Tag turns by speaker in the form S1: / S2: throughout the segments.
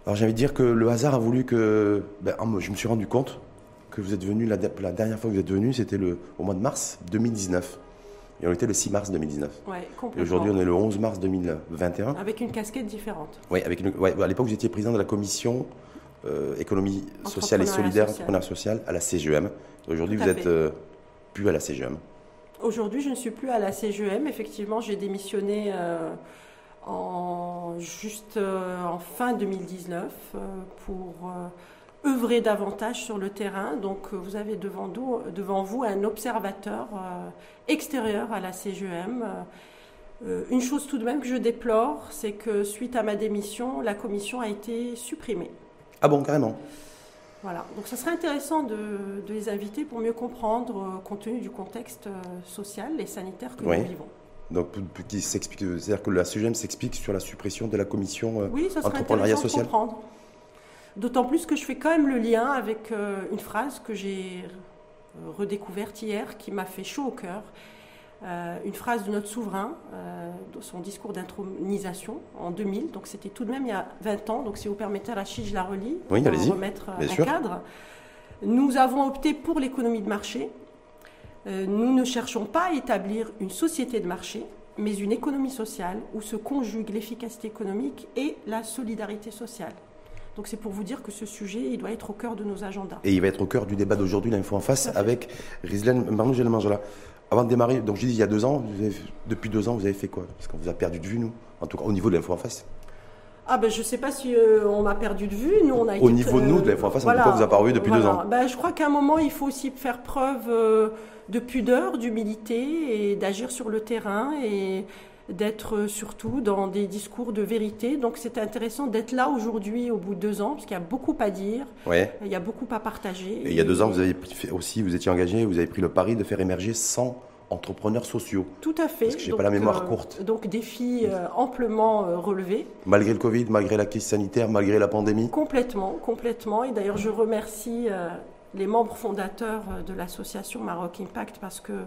S1: Alors j'ai envie de dire que le hasard a voulu que... je me suis rendu compte que vous êtes venu, la dernière fois que vous êtes venu, c'était au mois de mars 2019. Et on était le 6 mars 2019.
S2: Ouais,
S1: Et
S2: complètement.
S1: aujourd'hui, on est le 11 mars 2021.
S2: Avec une casquette différente.
S1: Oui, à l'époque, vous étiez président de la commission économie sociale et solidaire, entrepreneur social à la CGEM. Aujourd'hui, vous êtes plus à la CGEM.
S2: Aujourd'hui, je ne suis plus à la CGEM. Effectivement, j'ai démissionné en fin 2019 pour œuvrer davantage sur le terrain. Donc, vous avez devant vous un observateur extérieur à la CGEM. Une chose tout de même que je déplore, c'est que suite à ma démission, la commission a été supprimée.
S1: Ah bon, carrément.
S2: Voilà, donc ça serait intéressant de les inviter pour mieux comprendre, compte tenu du contexte social et sanitaire que nous vivons.
S1: Donc, c'est-à-dire que la CGEM s'explique sur la suppression de la commission
S2: oui, ça serait
S1: entrepreneuriat
S2: intéressant
S1: social.
S2: De comprendre. D'autant plus que je fais quand même le lien avec une phrase que j'ai redécouverte hier, qui m'a fait chaud au cœur. Une phrase de notre souverain, dans son discours d'intronisation en 2000, donc c'était tout de même il y a 20 ans, donc si vous permettez Rachid, je la relis pour remettre un cadre. Nous avons opté pour l'économie de marché. Nous ne cherchons pas à établir une société de marché, mais une économie sociale où se conjuguent l'efficacité économique et la solidarité sociale. Donc c'est pour vous dire que ce sujet, il doit être au cœur de nos agendas.
S1: Et il va être au cœur du débat d'aujourd'hui, l'Info en face, avec Rizlan Marnoujel-Manjola. Avant de démarrer, donc je dis il y a 2 ans, depuis 2 ans, vous avez fait quoi? Parce qu'on vous a perdu de vue, nous, en tout cas au niveau de l'Info en face.
S2: Ah ben je ne sais pas si on m'a perdu de vue. Nous, on a
S1: au niveau de nous, de l'Info en face, on ne vous a pas revu depuis 2 ans.
S2: Ben, je crois qu'à un moment, il faut aussi faire preuve de pudeur, d'humilité et d'agir sur le terrain et d'être surtout dans des discours de vérité. Donc c'est intéressant d'être là aujourd'hui au bout de 2 ans, parce qu'il y a beaucoup à dire, il y a beaucoup à partager.
S1: Et il y a 2 ans, vous étiez engagé, vous avez pris le pari de faire émerger 100 entrepreneurs sociaux.
S2: Tout à fait.
S1: Parce que je n'ai pas la mémoire courte.
S2: Donc défi amplement relevé.
S1: Malgré le Covid, malgré la crise sanitaire, malgré la pandémie.
S2: Complètement. Et d'ailleurs, je remercie les membres fondateurs de l'association Maroc Impact parce que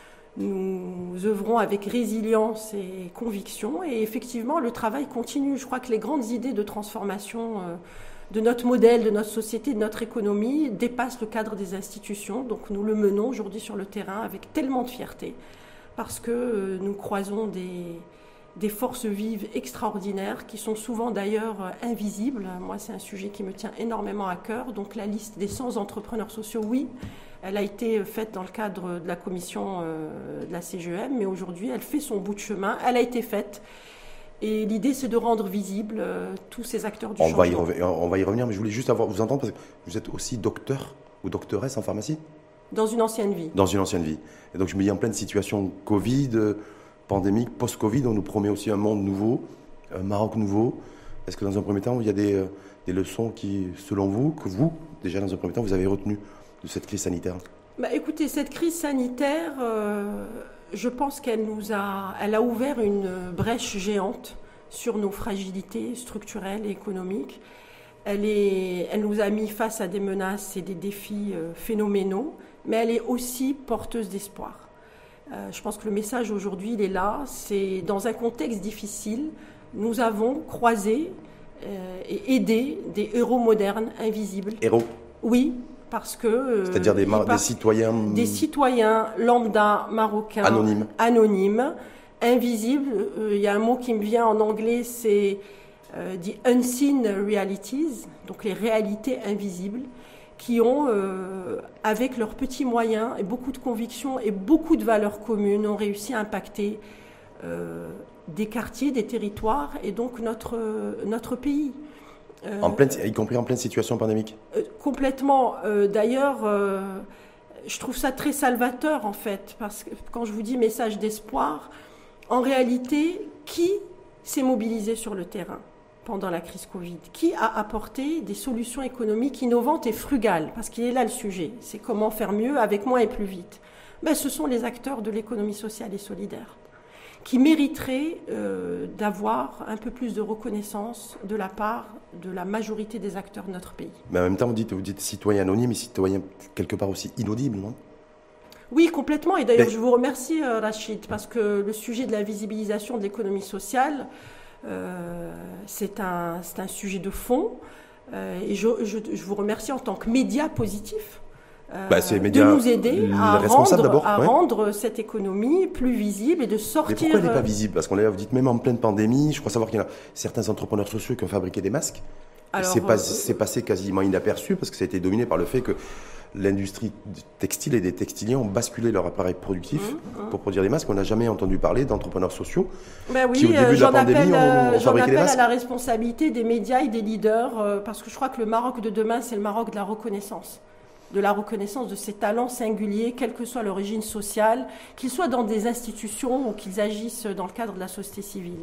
S2: nous œuvrons avec résilience et conviction. Et effectivement, le travail continue. Je crois que les grandes idées de transformation de notre modèle, de notre société, de notre économie dépassent le cadre des institutions. Donc nous le menons aujourd'hui sur le terrain avec tellement de fierté parce que nous croisons des forces vives extraordinaires qui sont souvent d'ailleurs invisibles. Moi, c'est un sujet qui me tient énormément à cœur. Donc la liste des 100 entrepreneurs sociaux, oui, elle a été faite dans le cadre de la commission de la CGEM, mais aujourd'hui, elle fait son bout de chemin. Elle a été faite. Et l'idée, c'est de rendre visibles tous ces acteurs du changement.
S1: On va y revenir, mais je voulais juste vous entendre parce que vous êtes aussi docteur ou doctoresse en pharmacie ?
S2: Dans une ancienne vie.
S1: Dans une ancienne vie. Et donc, je me dis, en pleine situation Covid, pandémique, post-Covid, on nous promet aussi un monde nouveau, un Maroc nouveau. Est-ce que dans un premier temps, il y a des leçons qui, selon vous, que vous, déjà dans un premier temps, vous avez retenues de cette crise sanitaire ?
S2: Écoutez, cette crise sanitaire, je pense qu'elle a ouvert une brèche géante sur nos fragilités structurelles et économiques. Elle nous a mis face à des menaces et des défis phénoménaux, mais elle est aussi porteuse d'espoir. Je pense que le message aujourd'hui, il est là. C'est dans un contexte difficile, nous avons croisé et aidé des héros modernes invisibles.
S1: Héros ?
S2: Oui. Parce que
S1: c'est-à-dire des
S2: citoyens lambda marocains anonymes, invisibles. Il y a un mot qui me vient en anglais, c'est the unseen realities, donc les réalités invisibles, qui ont, avec leurs petits moyens et beaucoup de conviction et beaucoup de valeurs communes, ont réussi à impacter des quartiers, des territoires et donc notre pays.
S1: Y compris en pleine situation pandémique.
S2: Complètement. D'ailleurs, je trouve ça très salvateur, en fait, parce que quand je vous dis message d'espoir, en réalité, qui s'est mobilisé sur le terrain pendant la crise Covid ? Qui a apporté des solutions économiques innovantes et frugales ? Parce qu'il est là le sujet, c'est comment faire mieux avec moins et plus vite. Ce sont les acteurs de l'économie sociale et solidaire qui mériteraient d'avoir un peu plus de reconnaissance de la part de la majorité des acteurs de notre pays.
S1: Mais en même temps, vous dites citoyen anonyme et citoyen quelque part aussi inaudible, non ?
S2: Oui, complètement. Et d'ailleurs, je vous remercie, Rachid, parce que le sujet de la visibilisation de l'économie sociale, C'est un sujet de fond. Et je vous remercie en tant que média positif de nous aider à rendre cette économie plus visible et de sortir...
S1: Mais pourquoi elle n'est pas visible? Parce qu'on vous dites même en pleine pandémie, je crois savoir qu'il y a certains entrepreneurs sociaux qui ont fabriqué des masques. C'est passé quasiment inaperçu parce que ça a été dominé par le fait que l'industrie textile et des textiliers ont basculé leur appareil productif pour produire des masques. On n'a jamais entendu parler d'entrepreneurs sociaux qui, au début de la pandémie, ont fabriqué des masques.
S2: J'en appelle à la responsabilité des médias et des leaders parce que je crois que le Maroc de demain, c'est le Maroc de la reconnaissance de ces talents singuliers, quelle que soit l'origine sociale, qu'ils soient dans des institutions ou qu'ils agissent dans le cadre de la société civile.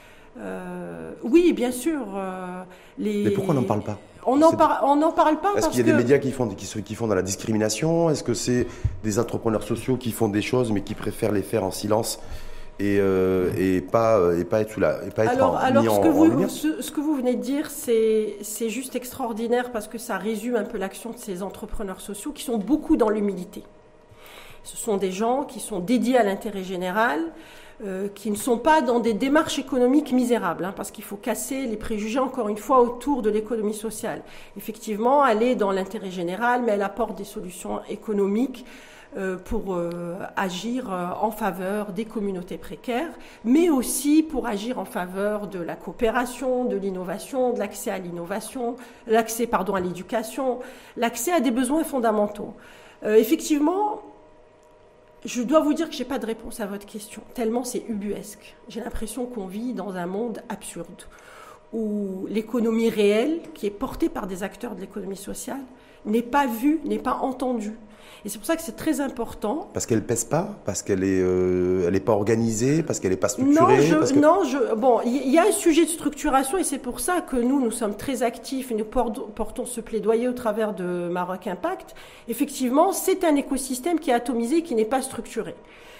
S2: Oui, bien sûr.
S1: Mais pourquoi on n'en parle pas?
S2: On n'en parle pas.
S1: Est-ce qu'il y a des médias qui font dans la discrimination? Est-ce que c'est des entrepreneurs sociaux qui font des choses mais qui préfèrent les faire en silence et pas être mis en lumière?
S2: Ce que vous venez de dire, c'est juste extraordinaire parce que ça résume un peu l'action de ces entrepreneurs sociaux qui sont beaucoup dans l'humilité. Ce sont des gens qui sont dédiés à l'intérêt général, qui ne sont pas dans des démarches économiques misérables, parce qu'il faut casser les préjugés, encore une fois, autour de l'économie sociale. Effectivement, elle est dans l'intérêt général, mais elle apporte des solutions économiques pour agir en faveur des communautés précaires, mais aussi pour agir en faveur de la coopération, de l'innovation, de l'accès à l'innovation, l'accès à l'éducation, l'accès à des besoins fondamentaux. Effectivement, je dois vous dire que je n'ai pas de réponse à votre question, tellement c'est ubuesque. J'ai l'impression qu'on vit dans un monde absurde, où l'économie réelle, qui est portée par des acteurs de l'économie sociale, n'est pas vue, n'est pas entendue. Et c'est pour ça que c'est très important.
S1: Parce qu'elle ne pèse pas? Parce qu'elle n'est pas organisée? Parce qu'elle n'est pas structurée?
S2: Bon, il y a un sujet de structuration et c'est pour ça que nous sommes très actifs et nous portons ce plaidoyer au travers de Maroc Impact. Effectivement, c'est un écosystème qui est atomisé et qui n'est pas structuré.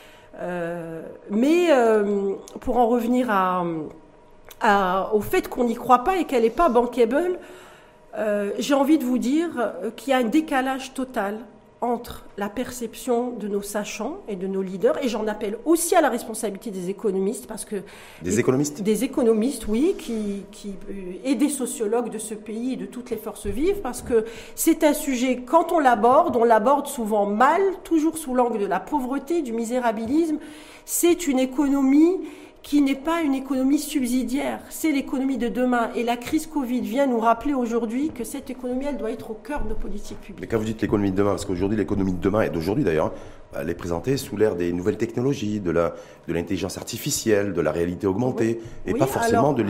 S2: Mais pour en revenir au fait qu'on n'y croit pas et qu'elle n'est pas bankable, j'ai envie de vous dire qu'il y a un décalage total entre la perception de nos sachants et de nos leaders, et j'en appelle aussi à la responsabilité des économistes, parce que...
S1: Des
S2: économistes, oui, et des sociologues de ce pays et de toutes les forces vives, parce que c'est un sujet, quand on l'aborde souvent mal, toujours sous l'angle de la pauvreté, du misérabilisme. C'est une économie qui n'est pas une économie subsidiaire, c'est l'économie de demain. Et la crise Covid vient nous rappeler aujourd'hui que cette économie, elle doit être au cœur de nos politiques publiques.
S1: Mais quand vous dites l'économie de demain, parce qu'aujourd'hui, l'économie de demain, et d'aujourd'hui d'ailleurs, elle est présentée sous l'ère des nouvelles technologies, de l'intelligence artificielle, de la réalité augmentée, et pas forcément de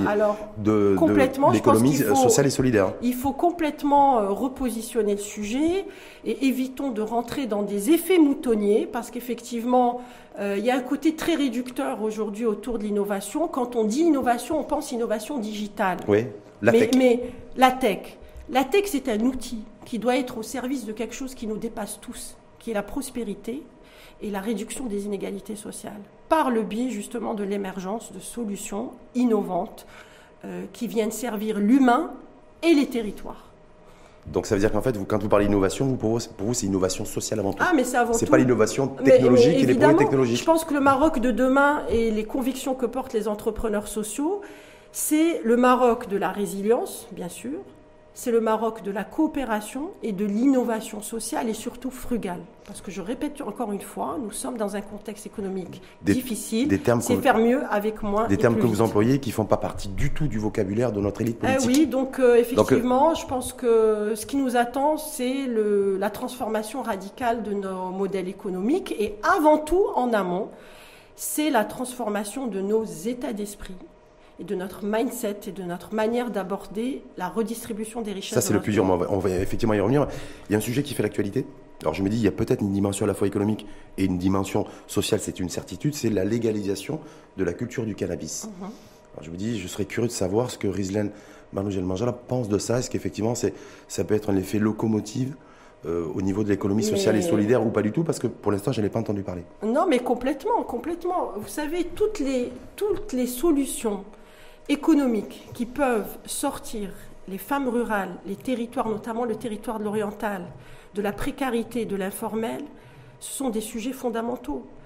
S1: l'économie sociale et solidaire.
S2: Il faut complètement repositionner le sujet et évitons de rentrer dans des effets moutonniers, parce qu'effectivement, il y a un côté très réducteur aujourd'hui autour de l'innovation. Quand on dit innovation, on pense innovation digitale.
S1: Oui,
S2: mais la tech, c'est un outil qui doit être au service de quelque chose qui nous dépasse tous, qui est la prospérité et la réduction des inégalités sociales, par le biais justement de l'émergence de solutions innovantes qui viennent servir l'humain et les territoires.
S1: Donc ça veut dire qu'en fait, quand vous parlez d'innovation, pour vous, c'est innovation sociale avant tout.
S2: Ah, mais c'est avant tout.
S1: C'est pas l'innovation technologique et les progrès technologiques.
S2: Je pense que le Maroc de demain et les convictions que portent les entrepreneurs sociaux, c'est le Maroc de la résilience, bien sûr. C'est le Maroc de la coopération et de l'innovation sociale et surtout frugale. Parce que je répète encore une fois, nous sommes dans un contexte économique difficile. C'est faire mieux avec moins.
S1: Des termes que vous employez qui ne font pas partie du tout du vocabulaire de notre élite politique.
S2: Oui, donc effectivement, je pense que ce qui nous attend, c'est la transformation radicale de nos modèles économiques. Et avant tout, en amont, c'est la transformation de nos états d'esprit et de notre mindset et de notre manière d'aborder la redistribution des richesses.
S1: Ça, c'est le plus dur. On va effectivement y revenir. Il y a un sujet qui fait l'actualité. Alors, je me dis, il y a peut-être une dimension à la fois économique et une dimension sociale, c'est une certitude, c'est la légalisation de la culture du cannabis. Alors, je me dis, je serais curieux de savoir ce que Rizlan Manouche-El-Manjala pense de ça. Est-ce qu'effectivement, ça peut être un effet locomotive au niveau de l'économie sociale et solidaire ou pas du tout, parce que pour l'instant, je n'en ai pas entendu parler.
S2: Non, mais complètement. Vous savez, toutes les solutions économiques qui peuvent sortir les femmes rurales, les territoires, notamment le territoire de l'oriental, de la précarité, de l'informel, ce sont des sujets fondamentaux.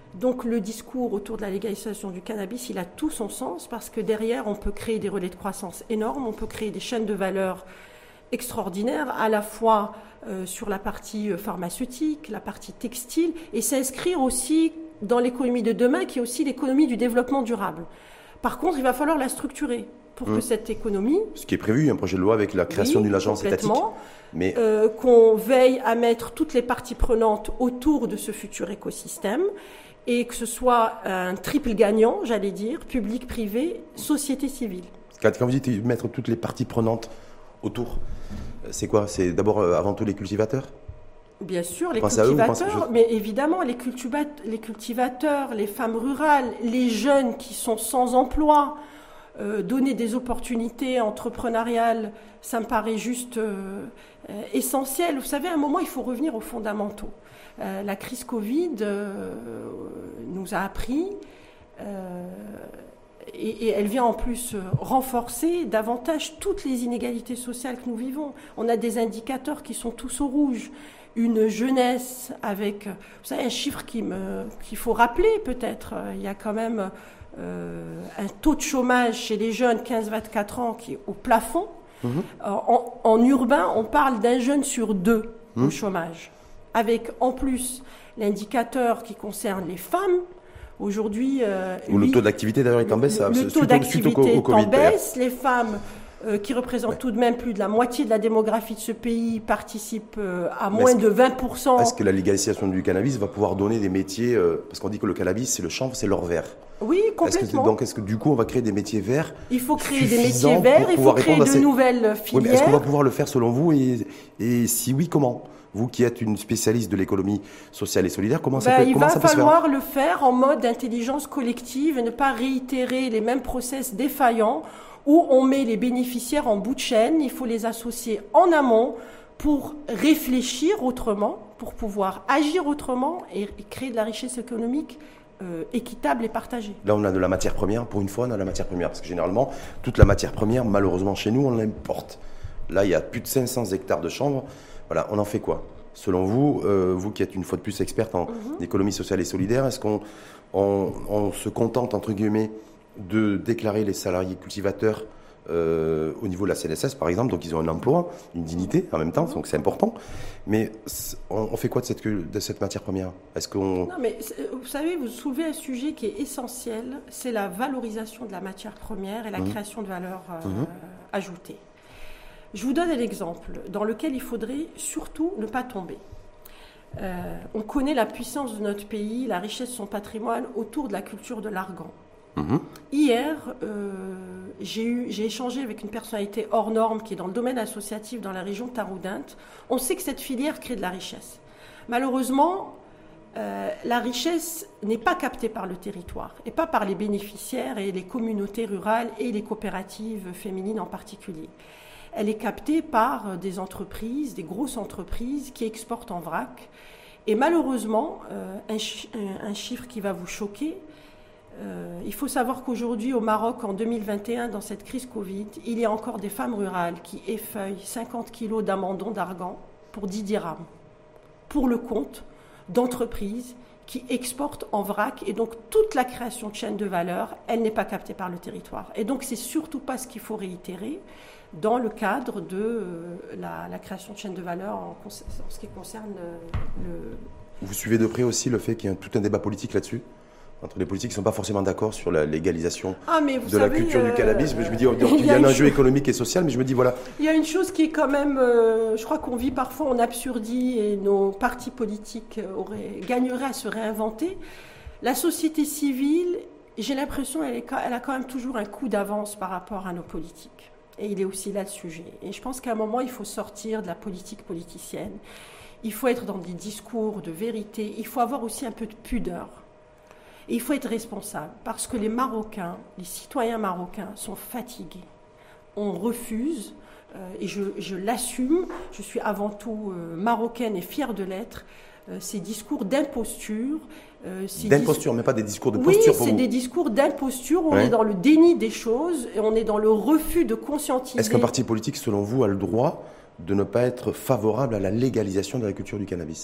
S2: Donc le discours autour de la légalisation du cannabis, il a tout son sens parce que derrière, on peut créer des relais de croissance énormes, on peut créer des chaînes de valeur extraordinaires, à la fois sur la partie pharmaceutique, la partie textile, et s'inscrire aussi dans l'économie de demain, qui est aussi l'économie du développement durable. Par contre, il va falloir la structurer pour que cette économie...
S1: Ce qui est prévu, un projet de loi avec la création d'une agence étatique.
S2: Mais qu'on veille à mettre toutes les parties prenantes autour de ce futur écosystème et que ce soit un triple gagnant, j'allais dire, public, privé, société civile.
S1: Quand vous dites mettre toutes les parties prenantes autour, c'est quoi? C'est d'abord avant tout les cultivateurs?
S2: Bien sûr, les cultivateurs, mais évidemment les cultivateurs, les femmes rurales, les jeunes qui sont sans emploi, donner des opportunités entrepreneuriales, ça me paraît juste essentiel. Vous savez, à un moment, il faut revenir aux fondamentaux. La crise Covid nous a appris, et elle vient en plus renforcer davantage toutes les inégalités sociales que nous vivons. On a des indicateurs qui sont tous au rouge. Une jeunesse avec, vous savez, un chiffre qu'il faut rappeler peut-être. Il y a quand même un taux de chômage chez les jeunes 15-24 ans qui est au plafond. En urbain, on parle d'un jeune sur deux au chômage. Avec en plus l'indicateur qui concerne les femmes. Aujourd'hui,
S1: le taux d'activité d'ailleurs est en baisse.
S2: Le taux d'activité est en baisse. Les femmes qui représentent tout de même plus de la moitié de la démographie de ce pays participent à moins de 20%.
S1: Est-ce que la légalisation du cannabis va pouvoir donner des métiers, parce qu'on dit que le cannabis c'est le chanvre, c'est l'or vert.
S2: Oui, complètement.
S1: Donc est-ce que du coup on va créer des métiers verts?
S2: Il faut créer des métiers verts, il faut créer de nouvelles filières.
S1: Oui, mais est-ce qu'on va pouvoir le faire selon vous et si oui, comment? Vous qui êtes une spécialiste de l'économie sociale et solidaire, comment ça peut se faire?
S2: Il va falloir le faire en mode d'intelligence collective et ne pas réitérer les mêmes process défaillants où on met les bénéficiaires en bout de chaîne. Il faut les associer en amont pour réfléchir autrement, pour pouvoir agir autrement et créer de la richesse économique équitable et partagée.
S1: Là, on a de la matière première. Pour une fois, on a de la matière première. Parce que généralement, toute la matière première, malheureusement, chez nous, on l'importe. Là, il y a plus de 500 hectares de chanvre. Voilà, on en fait quoi? Selon vous, vous qui êtes une fois de plus experte en économie sociale et solidaire, est-ce qu'on se contente, entre guillemets, de déclarer les salariés cultivateurs au niveau de la CNSS, par exemple, donc ils ont un emploi, une dignité en même temps, donc c'est important. Mais on fait quoi de cette matière première?
S2: Non, mais vous savez, vous soulevez un sujet qui est essentiel, c'est la valorisation de la matière première et la création de valeur ajoutée. Je vous donne un exemple dans lequel il faudrait surtout ne pas tomber. On connaît la puissance de notre pays, la richesse de son patrimoine autour de la culture de l'argan. Hier, j'ai échangé avec une personnalité hors norme qui est dans le domaine associatif dans la région de Taroudinte. On sait que cette filière crée de la richesse. Malheureusement, la richesse n'est pas captée par le territoire et pas par les bénéficiaires et les communautés rurales et les coopératives féminines en particulier. Elle est captée par des entreprises, des grosses entreprises qui exportent en vrac. Et malheureusement, un chiffre qui va vous choquer, il faut savoir qu'aujourd'hui au Maroc, en 2021, dans cette crise Covid, il y a encore des femmes rurales qui effeuillent 50 kilos d'amandon d'argan pour 10 dirhams, pour le compte d'entreprises qui exportent en vrac. Et donc toute la création de chaîne de valeur, elle n'est pas captée par le territoire. Et donc c'est surtout pas ce qu'il faut réitérer dans le cadre de la création de chaîne de valeur en ce qui concerne
S1: Vous suivez de près aussi le fait qu'il y a tout un débat politique là-dessus, entre les politiques qui ne sont pas forcément d'accord sur la légalisation la culture du cannabis. Mais je me dis, il y a un enjeu économique et social, mais je me dis, voilà.
S2: Il y a une chose qui est quand même, je crois qu'on vit parfois en absurdie et nos partis politiques gagneraient à se réinventer. La société civile, j'ai l'impression elle a quand même toujours un coup d'avance par rapport à nos politiques. Et il est aussi là le sujet. Et je pense qu'à un moment, il faut sortir de la politique politicienne. Il faut être dans des discours de vérité. Il faut avoir aussi un peu de pudeur. Et il faut être responsable. Parce que les Marocains, les citoyens marocains sont fatigués. On refuse, et je l'assume, je suis avant tout marocaine et fière de l'être, ces discours d'imposture.
S1: D'imposture, mais pas des discours de posture pour vous.
S2: Oui, c'est des discours d'imposture. On est dans le déni des choses et on est dans le refus de conscientiser.
S1: Est-ce qu'un parti politique, selon vous, a le droit de ne pas être favorable à la légalisation de la culture du cannabis?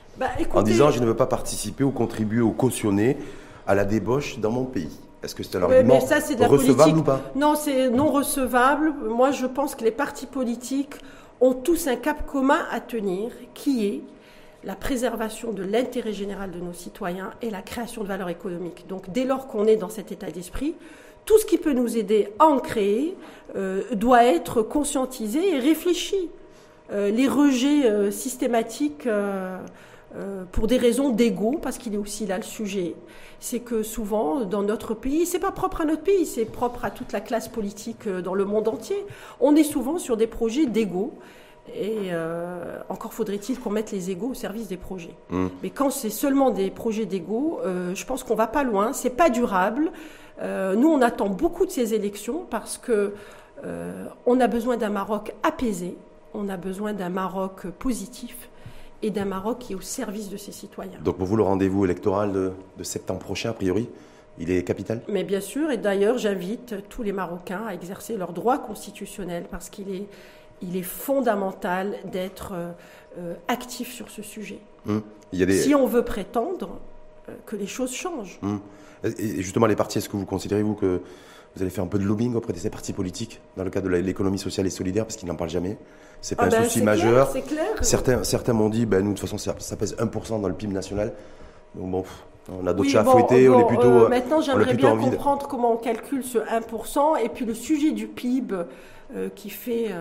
S1: en disant je ne veux pas participer ou contribuer ou cautionner à la débauche dans mon pays. Est-ce que c'est un argument recevable ou pas?
S2: Non, c'est non recevable. Moi, je pense que les partis politiques ont tous un cap commun à tenir, qui est la préservation de l'intérêt général de nos citoyens et la création de valeur économique. Donc, dès lors qu'on est dans cet état d'esprit, tout ce qui peut nous aider à en créer doit être conscientisé et réfléchi. Les rejets systématiques pour des raisons d'ego, parce qu'il est aussi là le sujet, c'est que souvent dans notre pays, c'est pas propre à notre pays, c'est propre à toute la classe politique dans le monde entier, on est souvent sur des projets d'ego. Et encore faudrait-il qu'on mette les égos au service des projets. Mais quand c'est seulement des projets d'ego, je pense qu'on va pas loin, c'est pas durable. Nous, on attend beaucoup de ces élections parce que on a besoin d'un Maroc apaisé, on a besoin d'un Maroc positif et d'un Maroc qui est au service de ses citoyens.
S1: Donc pour vous, le rendez-vous électoral de septembre prochain, a priori, il est capital?
S2: Mais bien sûr, et d'ailleurs, j'invite tous les Marocains à exercer leur droit constitutionnel parce qu'il est fondamental d'être actif sur ce sujet. Si on veut prétendre que les choses changent.
S1: Et justement, les partis, est-ce que vous considérez, vous, que vous allez faire un peu de lobbying auprès de ces partis politiques dans le cadre de l'économie sociale et solidaire, parce qu'ils n'en parlent jamais? C'est pas un souci majeur.
S2: C'est clair.
S1: Certains m'ont dit, nous, de toute façon, ça pèse 1% dans le PIB national. Donc bon, on a d'autres chats à fouetter, on est plutôt
S2: maintenant, j'aimerais bien comprendre comment on calcule ce 1%, et puis le sujet du PIB qui fait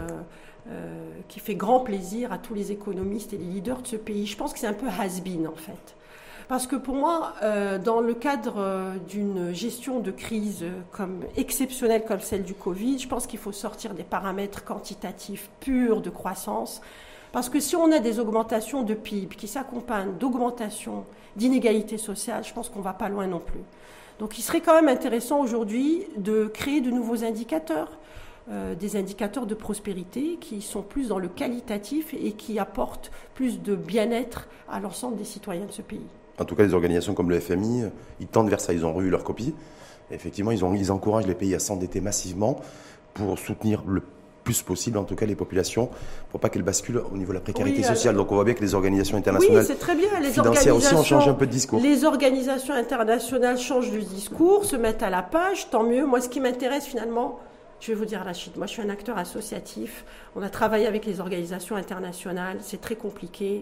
S2: grand plaisir à tous les économistes et les leaders de ce pays. Je pense que c'est un peu has-been, en fait. Parce que pour moi, dans le cadre d'une gestion de crise exceptionnelle comme celle du Covid, je pense qu'il faut sortir des paramètres quantitatifs purs de croissance. Parce que si on a des augmentations de PIB qui s'accompagnent d'augmentations d'inégalités sociales, je pense qu'on ne va pas loin non plus. Donc il serait quand même intéressant aujourd'hui de créer de nouveaux indicateurs. Des indicateurs de prospérité qui sont plus dans le qualitatif et qui apportent plus de bien-être à l'ensemble des citoyens de ce pays.
S1: En tout cas, les organisations comme le FMI, ils tendent vers ça, ils ont revu leur copie. Et effectivement, ils encouragent les pays à s'endetter massivement pour soutenir le plus possible, en tout cas, les populations, pour pas qu'elles basculent au niveau de la précarité sociale. Donc on voit bien que les organisations internationales
S2: c'est très bien.
S1: Financières aussi, on change un peu de discours.
S2: Les organisations internationales changent de discours, se mettent à la page, tant mieux. Moi, ce qui m'intéresse finalement, je vais vous dire, Rachid, moi je suis un acteur associatif. On a travaillé avec les organisations internationales, c'est très compliqué.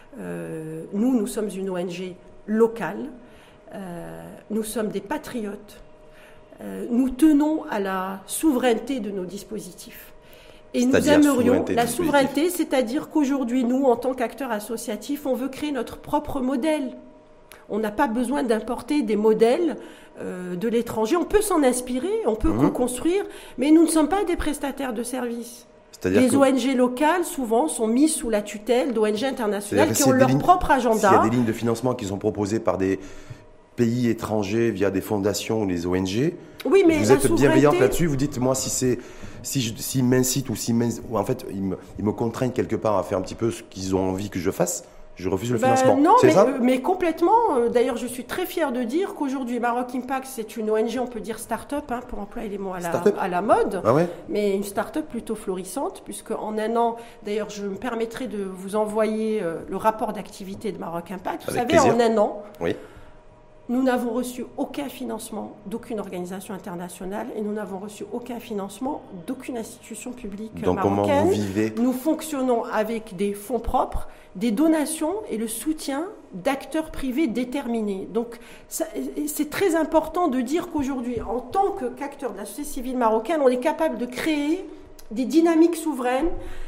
S2: Nous sommes une ONG locale. Nous sommes des patriotes. Nous tenons à la souveraineté de nos dispositifs. Et nous aimerions la souveraineté, c'est-à-dire qu'aujourd'hui, nous, en tant qu'acteurs associatifs, on veut créer notre propre modèle. On n'a pas besoin d'importer des modèles de l'étranger. On peut s'en inspirer, on peut co-construire, mais nous ne sommes pas des prestataires de services. Les ONG locales, souvent, sont mises sous la tutelle d'ONG internationales qui ont leur propre agenda.
S1: S'il y a des lignes de financement qui sont proposées par des pays étrangers via des fondations ou des ONG,
S2: oui, mais
S1: vous êtes bienveillante là-dessus. Vous dites, moi, s'ils m'incitent ou en fait, ils me contraignent quelque part à faire un petit peu ce qu'ils ont envie que je fasse, je refuse le financement.
S2: Non,
S1: c'est ça
S2: mais complètement. D'ailleurs, je suis très fière de dire qu'aujourd'hui, Maroc Impact, c'est une ONG, on peut dire start-up, pour employer les mots à la mode, mais une start-up plutôt florissante, puisque en un an, d'ailleurs, je me permettrai de vous envoyer le rapport d'activité de Maroc Impact. Vous savez,
S1: plaisir.
S2: En un an, nous n'avons reçu aucun financement d'aucune organisation internationale et nous n'avons reçu aucun financement d'aucune institution publique marocaine.
S1: Comment vous vivez ?
S2: Nous fonctionnons avec des fonds propres, des donations et le soutien d'acteurs privés déterminés. Donc c'est très important de dire qu'aujourd'hui, en tant qu'acteur de la société civile marocaine, on est capable de créer des dynamiques souveraines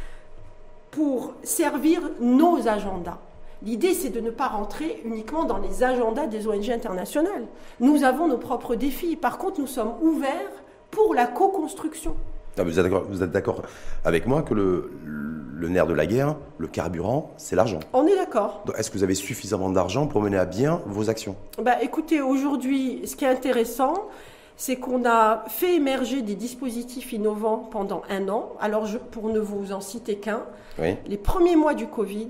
S2: pour servir nos agendas. L'idée, c'est de ne pas rentrer uniquement dans les agendas des ONG internationales. Nous avons nos propres défis. Par contre, nous sommes ouverts pour la co-construction.
S1: Vous êtes d'accord avec moi que le nerf de la guerre, le carburant, c'est l'argent.
S2: On est d'accord.
S1: Est-ce que vous avez suffisamment d'argent pour mener à bien vos actions ?
S2: Écoutez, aujourd'hui, ce qui est intéressant, c'est qu'on a fait émerger des dispositifs innovants pendant un an. Alors, pour ne vous en citer qu'un, les premiers mois du Covid...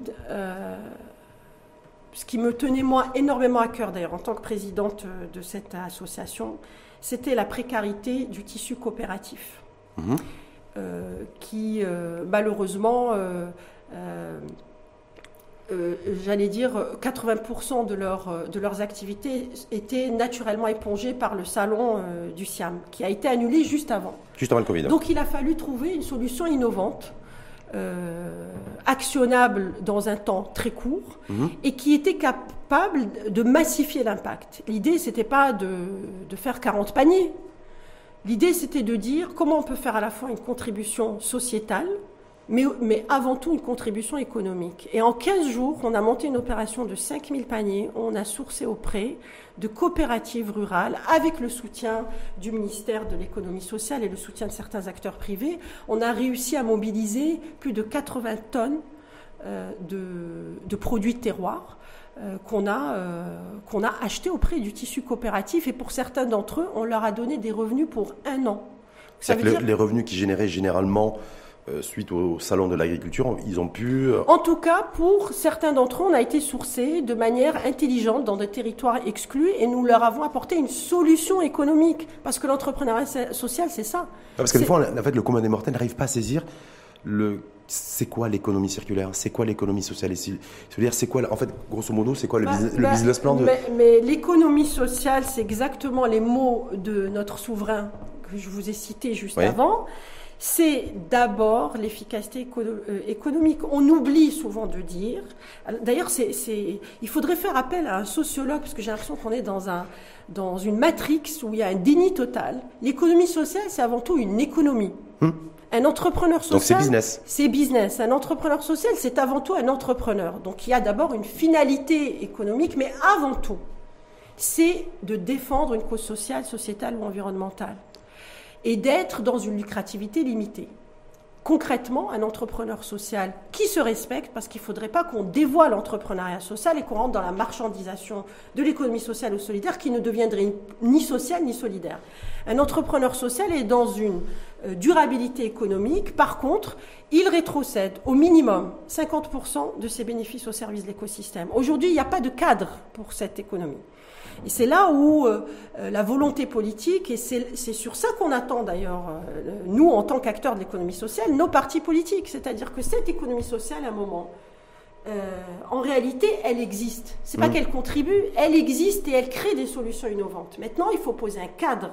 S2: ce qui me tenait, moi, énormément à cœur, d'ailleurs, en tant que présidente de cette association, c'était la précarité du tissu coopératif, qui, malheureusement, j'allais dire, 80% de leurs activités étaient naturellement épongées par le salon du Siam, qui a été annulé juste avant.
S1: Juste avant le Covid.
S2: Donc il a fallu trouver une solution innovante, actionnable dans un temps très court, et qui était capable de massifier l'impact. L'idée, c'était pas de faire 40 paniers. L'idée, c'était de dire comment on peut faire à la fois une contribution sociétale, mais avant tout une contribution économique. Et en 15 jours, on a monté une opération de 5000 paniers. On a sourcé auprès de coopératives rurales avec le soutien du ministère de l'économie sociale et le soutien de certains acteurs privés. On a réussi à mobiliser plus de 80 tonnes de produits de terroir qu'on a achetés auprès du tissu coopératif. Et pour certains d'entre eux, on leur a donné des revenus pour 1 an.
S1: C'est-à-dire que les revenus qui généraient généralement suite au salon de l'agriculture, ils ont pu...
S2: En tout cas, pour certains d'entre eux, on a été sourcés de manière intelligente dans des territoires exclus et nous leur avons apporté une solution économique. Parce que l'entrepreneuriat social, c'est ça.
S1: Parce que des fois, en fait, le commun des mortels n'arrive pas à saisir c'est quoi l'économie circulaire, c'est quoi l'économie sociale et solidaire, c'est quoi, en fait, grosso modo, c'est quoi le business plan de...
S2: Mais l'économie sociale, c'est exactement les mots de notre souverain que je vous ai cité juste avant. C'est d'abord l'efficacité économique. On oublie souvent de dire. D'ailleurs, il faudrait faire appel à un sociologue, parce que j'ai l'impression qu'on est dans une matrix où il y a un déni total. L'économie sociale, c'est avant tout une économie. Un entrepreneur social,
S1: donc c'est business.
S2: C'est business. Un entrepreneur social, c'est avant tout un entrepreneur. Donc il y a d'abord une finalité économique, mais avant tout, c'est de défendre une cause sociale, sociétale ou environnementale. Et d'être dans une lucrativité limitée. Concrètement, un entrepreneur social qui se respecte, parce qu'il ne faudrait pas qu'on dévoie l'entrepreneuriat social et qu'on rentre dans la marchandisation de l'économie sociale ou solidaire qui ne deviendrait ni sociale ni solidaire. Un entrepreneur social est dans une durabilité économique. Par contre, il rétrocède au minimum 50% de ses bénéfices au service de l'écosystème. Aujourd'hui, il n'y a pas de cadre pour cette économie. Et c'est là où la volonté politique, et c'est sur ça qu'on attend d'ailleurs, nous en tant qu'acteurs de l'économie sociale, nos partis politiques. C'est-à-dire que cette économie sociale, à un moment, en réalité, elle existe. C'est pas qu'elle contribue, elle existe et elle crée des solutions innovantes. Maintenant, il faut poser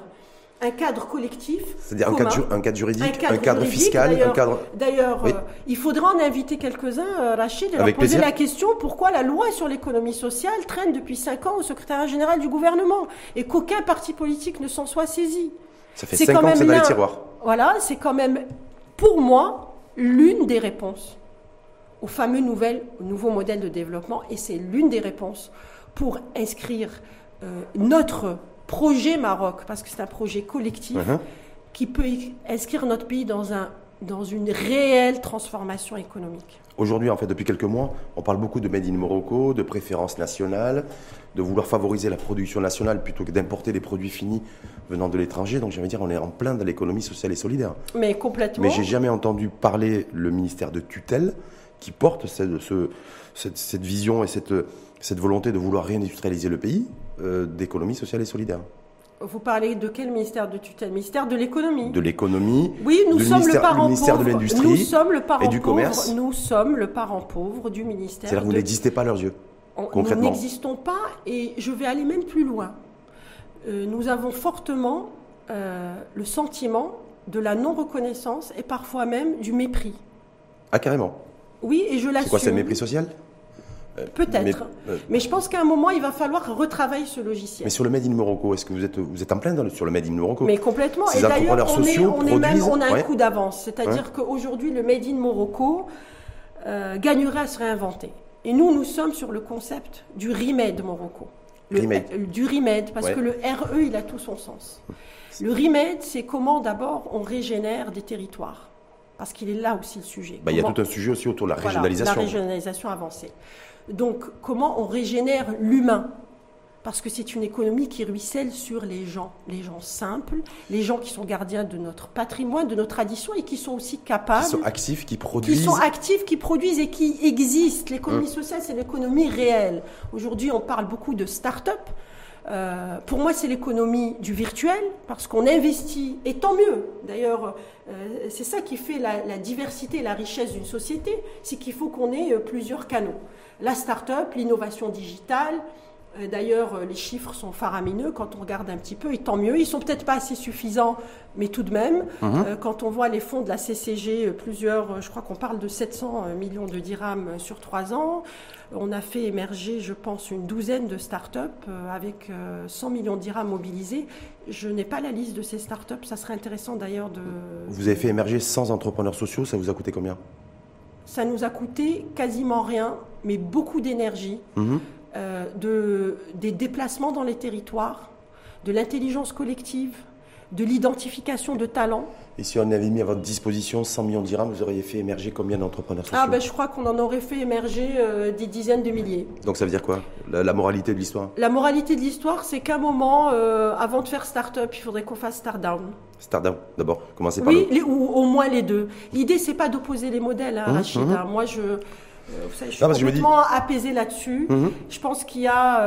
S2: un cadre collectif.
S1: C'est-à-dire un cadre juridique, un cadre fiscal, un cadre...
S2: D'ailleurs, il faudra en inviter quelques-uns, Rachid, et leur poser la question pourquoi la loi sur l'économie sociale traîne depuis 5 ans au secrétariat général du gouvernement et qu'aucun parti politique ne s'en soit saisi.
S1: Ça fait 5 ans que c'est dans les tiroirs.
S2: Voilà, c'est quand même, pour moi, l'une des réponses au fameux nouveau modèle de développement, et c'est l'une des réponses pour inscrire notre projet Maroc, parce que c'est un projet collectif qui peut inscrire notre pays dans une réelle transformation économique.
S1: Aujourd'hui, en fait, depuis quelques mois, on parle beaucoup de Made in Morocco, de préférence nationale, de vouloir favoriser la production nationale plutôt que d'importer des produits finis venant de l'étranger. Donc, j'aimerais dire, on est en plein dans l'économie sociale et solidaire.
S2: Mais complètement.
S1: Mais j'ai jamais entendu parler le ministère de tutelle qui porte cette vision et cette volonté de vouloir réindustrialiser le pays d'économie sociale et solidaire.
S2: Vous parlez de quel ministère de tutelle ? Ministère de l'économie.
S1: De l'économie.
S2: Oui, nous sommes le parent
S1: ministère
S2: pauvre.
S1: De l'industrie.
S2: Nous sommes le parent
S1: et du commerce.
S2: Pauvre. Nous sommes le parent pauvre du ministère.
S1: C'est-à-dire que vous n'existez pas à leurs yeux. Concrètement.
S2: Nous n'existons pas, et je vais aller même plus loin. Nous avons fortement le sentiment de la non-reconnaissance et parfois même du mépris.
S1: Ah, carrément.
S2: Oui, et je l'assume.
S1: C'est quoi, c'est le mépris social ?
S2: Peut-être. Mais je pense qu'à un moment, il va falloir retravailler ce logiciel.
S1: Mais sur le Made in Morocco, est-ce que vous êtes en plein sur le Made in Morocco ?
S2: Mais complètement.
S1: Ces
S2: et d'ailleurs, on a un
S1: ouais.
S2: coup d'avance. C'est-à-dire qu'aujourd'hui, le Made in Morocco gagnerait à se réinventer. Et nous sommes sur le concept du Remade Morocco. Du Remade, parce que le RE, il a tout son sens. Le Remade, c'est comment d'abord on régénère des territoires. Parce qu'il est là aussi le sujet.
S1: Il y a tout un sujet aussi autour de la régionalisation.
S2: La régionalisation avancée. Donc, comment on régénère l'humain ? Parce que c'est une économie qui ruisselle sur les gens simples, les gens qui sont gardiens de notre patrimoine, de nos traditions et qui sont aussi capables...
S1: Qui sont actifs, qui produisent...
S2: qui produisent et qui existent. L'économie sociale, c'est l'économie réelle. Aujourd'hui, on parle beaucoup de start-up. Pour moi, c'est l'économie du virtuel, parce qu'on investit, et tant mieux. D'ailleurs, c'est ça qui fait la diversité et la richesse d'une société, c'est qu'il faut qu'on ait plusieurs canaux. La start-up, l'innovation digitale. D'ailleurs, les chiffres sont faramineux quand on regarde un petit peu, et tant mieux. Ils sont peut-être pas assez suffisants, mais tout de même, quand on voit les fonds de la CCG, je crois qu'on parle de 700 millions de dirhams sur 3 ans. On a fait émerger, je pense, une douzaine de start-up avec 100 millions de dirhams mobilisés. Je n'ai pas la liste de ces start-up. Ça serait intéressant d'ailleurs de...
S1: Vous avez fait émerger 100 entrepreneurs sociaux, ça vous a coûté combien?
S2: Ça nous a coûté quasiment rien, mais beaucoup d'énergie. Des déplacements dans les territoires, de l'intelligence collective, de l'identification de talents. Et
S1: si on avait mis à votre disposition 100 millions de dirhams, vous auriez fait émerger combien d'entrepreneurs sociaux?
S2: Je crois qu'on en aurait fait émerger des dizaines de milliers.
S1: Donc ça veut dire quoi, la moralité de l'histoire?
S2: La moralité de l'histoire, c'est qu'à un moment, avant de faire start-up, il faudrait qu'on fasse start-down.
S1: Start-down, d'abord, commencez par
S2: ou au moins les deux. L'idée, c'est pas d'opposer les modèles, Rachid. Moi, vous savez, je suis complètement apaisée là-dessus. Je pense qu'il y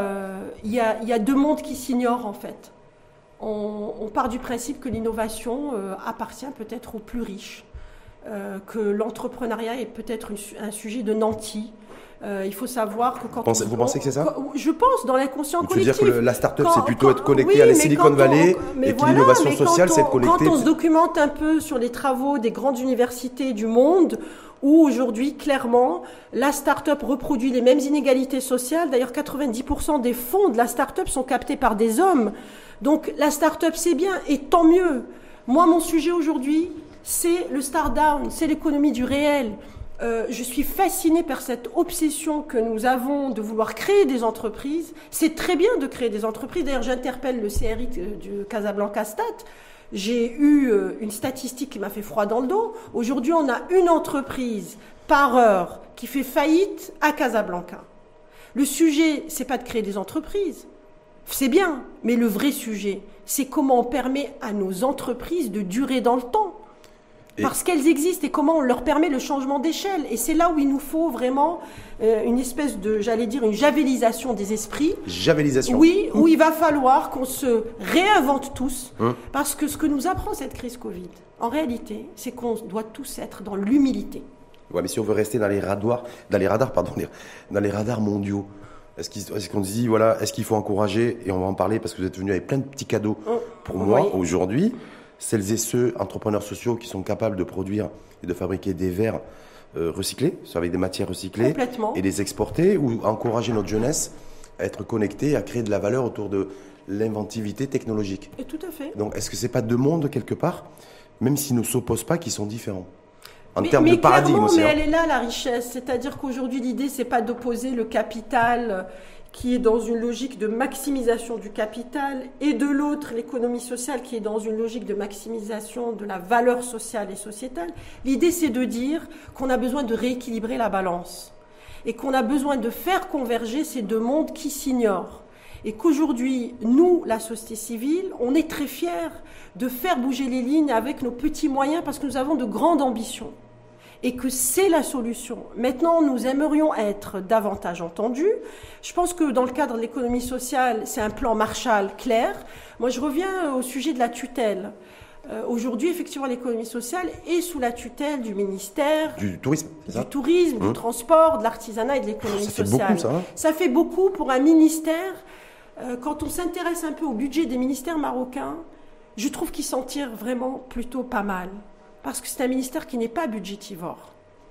S2: a deux mondes qui s'ignorent, en fait. On part du principe que l'innovation appartient peut-être aux plus riches, que l'entrepreneuriat est peut-être un sujet de nantis. Il faut savoir que quand
S1: vous pensez que c'est ça?
S2: Je pense, dans l'inconscient collectif.
S1: Tu veux dire que la start-up, c'est plutôt être connecté à la Silicon Valley et que l'innovation sociale, c'est être connecté...
S2: Quand on se documente un peu sur les travaux des grandes universités du monde, où aujourd'hui, clairement, la start-up reproduit les mêmes inégalités sociales. D'ailleurs, 90% des fonds de la start-up sont captés par des hommes. Donc, la start-up, c'est bien, et tant mieux. Moi, mon sujet aujourd'hui, c'est le start-down, c'est l'économie du réel. Je suis fascinée par cette obsession que nous avons de vouloir créer des entreprises. C'est très bien de créer des entreprises. D'ailleurs, j'interpelle le CRI du Casablanca Stat. J'ai eu une statistique qui m'a fait froid dans le dos. Aujourd'hui, on a une entreprise par heure qui fait faillite à Casablanca. Le sujet, c'est pas de créer des entreprises. C'est bien, mais le vrai sujet, c'est comment on permet à nos entreprises de durer dans le temps. Parce qu'elles existent et comment on leur permet le changement d'échelle. Et c'est là où il nous faut vraiment une espèce de, une javélisation des esprits.
S1: Javélisation.
S2: Oui, où il va falloir qu'on se réinvente tous. Parce que ce que nous apprend cette crise Covid, en réalité, c'est qu'on doit tous être dans l'humilité.
S1: Ouais, mais si on veut rester dans les radars mondiaux, est-ce qu'on se dit, voilà, est-ce qu'il faut encourager, et on va en parler parce que vous êtes venu avec plein de petits cadeaux pour moi aujourd'hui, celles et ceux entrepreneurs sociaux qui sont capables de produire et de fabriquer des verres recyclés, avec des matières recyclées, et les exporter, ou encourager notre jeunesse à être connectée, à créer de la valeur autour de l'inventivité technologique.
S2: Et tout à fait.
S1: Donc, est-ce que c'est pas deux mondes quelque part, même s'ils ne s'opposent pas, qui sont différents en termes de paradigme aussi.
S2: Mais elle est là la richesse, c'est-à-dire qu'aujourd'hui l'idée c'est pas d'opposer le capital qui est dans une logique de maximisation du capital, et de l'autre, l'économie sociale, qui est dans une logique de maximisation de la valeur sociale et sociétale. L'idée, c'est de dire qu'on a besoin de rééquilibrer la balance, et qu'on a besoin de faire converger ces deux mondes qui s'ignorent. Et qu'aujourd'hui, nous, la société civile, on est très fiers de faire bouger les lignes avec nos petits moyens, parce que nous avons de grandes ambitions. Et que c'est la solution. Maintenant, nous aimerions être davantage entendus. Je pense que dans le cadre de l'économie sociale, c'est un plan Marshall clair. Moi, je reviens au sujet de la tutelle. Aujourd'hui, effectivement, l'économie sociale est sous la tutelle du ministère
S1: du tourisme,
S2: du transport, de l'artisanat et de l'économie sociale.
S1: Ça fait beaucoup, ça.
S2: Ça fait beaucoup pour un ministère. Quand on s'intéresse un peu au budget des ministères marocains, je trouve qu'ils s'en tirent vraiment plutôt pas mal. Parce que c'est un ministère qui n'est pas budgétivore.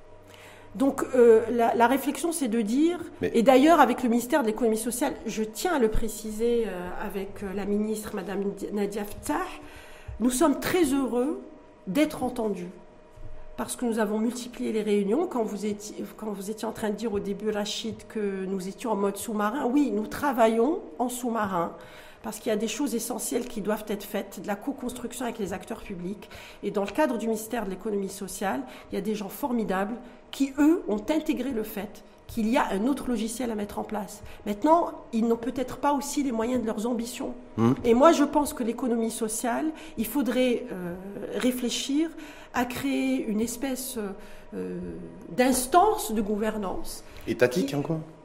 S2: Donc la réflexion, c'est de dire, et d'ailleurs avec le ministère de l'économie sociale, je tiens à le préciser avec la ministre, Madame Nadia Ftah, nous sommes très heureux d'être entendus. Parce que nous avons multiplié les réunions. Quand vous étiez en train de dire au début, Rachid, que nous étions en mode sous-marin, oui, nous travaillons en sous-marin. Parce qu'il y a des choses essentielles qui doivent être faites, de la co-construction avec les acteurs publics. Et dans le cadre du ministère de l'économie sociale, il y a des gens formidables qui, eux, ont intégré le fait qu'il y a un autre logiciel à mettre en place. Maintenant, ils n'ont peut-être pas aussi les moyens de leurs ambitions. Et moi, je pense que l'économie sociale, il faudrait réfléchir à créer une espèce d'instance de gouvernance.
S1: Étatique, encore ?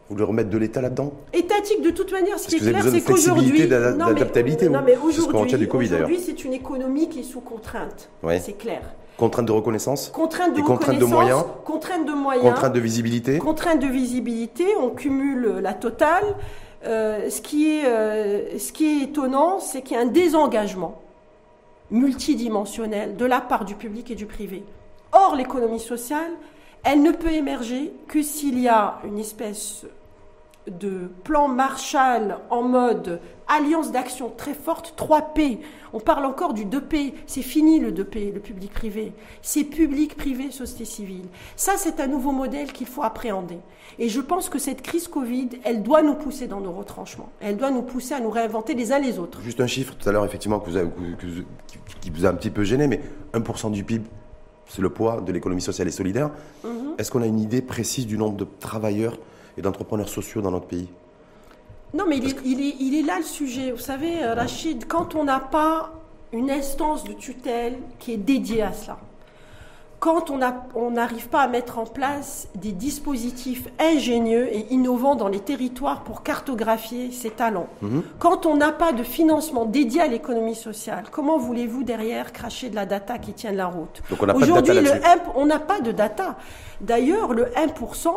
S1: Vous voulez remettre de l'État là-dedans?
S2: Étatique, de toute manière, ce qui est clair, c'est
S1: qu'aujourd'hui... d'adaptabilité,
S2: non, mais
S1: aujourd'hui,
S2: c'est une économie qui est sous contrainte, c'est clair.
S1: Contrainte de reconnaissance,
S2: contrainte de
S1: moyens,
S2: contrainte
S1: de visibilité.
S2: Contrainte de visibilité, on cumule la totale. Ce qui est étonnant, c'est qu'il y a un désengagement multidimensionnel de la part du public et du privé. Or, l'économie sociale, elle ne peut émerger que s'il y a une espèce de plan Marshall en mode alliance d'action très forte, 3P. On parle encore du 2P. C'est fini le 2P, le public-privé. C'est public-privé, société civile. Ça, c'est un nouveau modèle qu'il faut appréhender. Et je pense que cette crise Covid, elle doit nous pousser dans nos retranchements. Elle doit nous pousser à nous réinventer les uns les autres.
S1: Juste un chiffre, tout à l'heure, effectivement, qui vous a un petit peu gêné, mais 1% du PIB, c'est le poids de l'économie sociale et solidaire. Est-ce qu'on a une idée précise du nombre de travailleurs et d'entrepreneurs sociaux dans notre pays?
S2: Non, mais il est là le sujet. Vous savez, Rachid, quand on n'a pas une instance de tutelle qui est dédiée à cela, quand on n'arrive pas à mettre en place des dispositifs ingénieux et innovants dans les territoires pour cartographier ces talents, quand on n'a pas de financement dédié à l'économie sociale, comment voulez-vous derrière cracher de la data qui tient de la route?
S1: Donc on n'a pas de data là-dessus.
S2: On n'a pas de data. D'ailleurs, le 1%,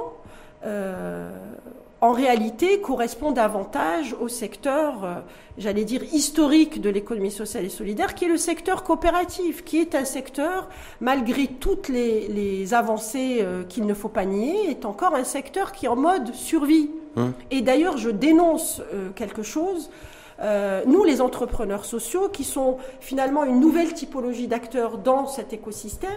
S2: en réalité, correspond davantage au secteur, j'allais dire, historique de l'économie sociale et solidaire, qui est le secteur coopératif, qui est un secteur, malgré toutes les avancées qu'il ne faut pas nier, est encore un secteur qui est en mode survie. Et d'ailleurs, je dénonce quelque chose. Nous, les entrepreneurs sociaux, qui sont finalement une nouvelle typologie d'acteurs dans cet écosystème,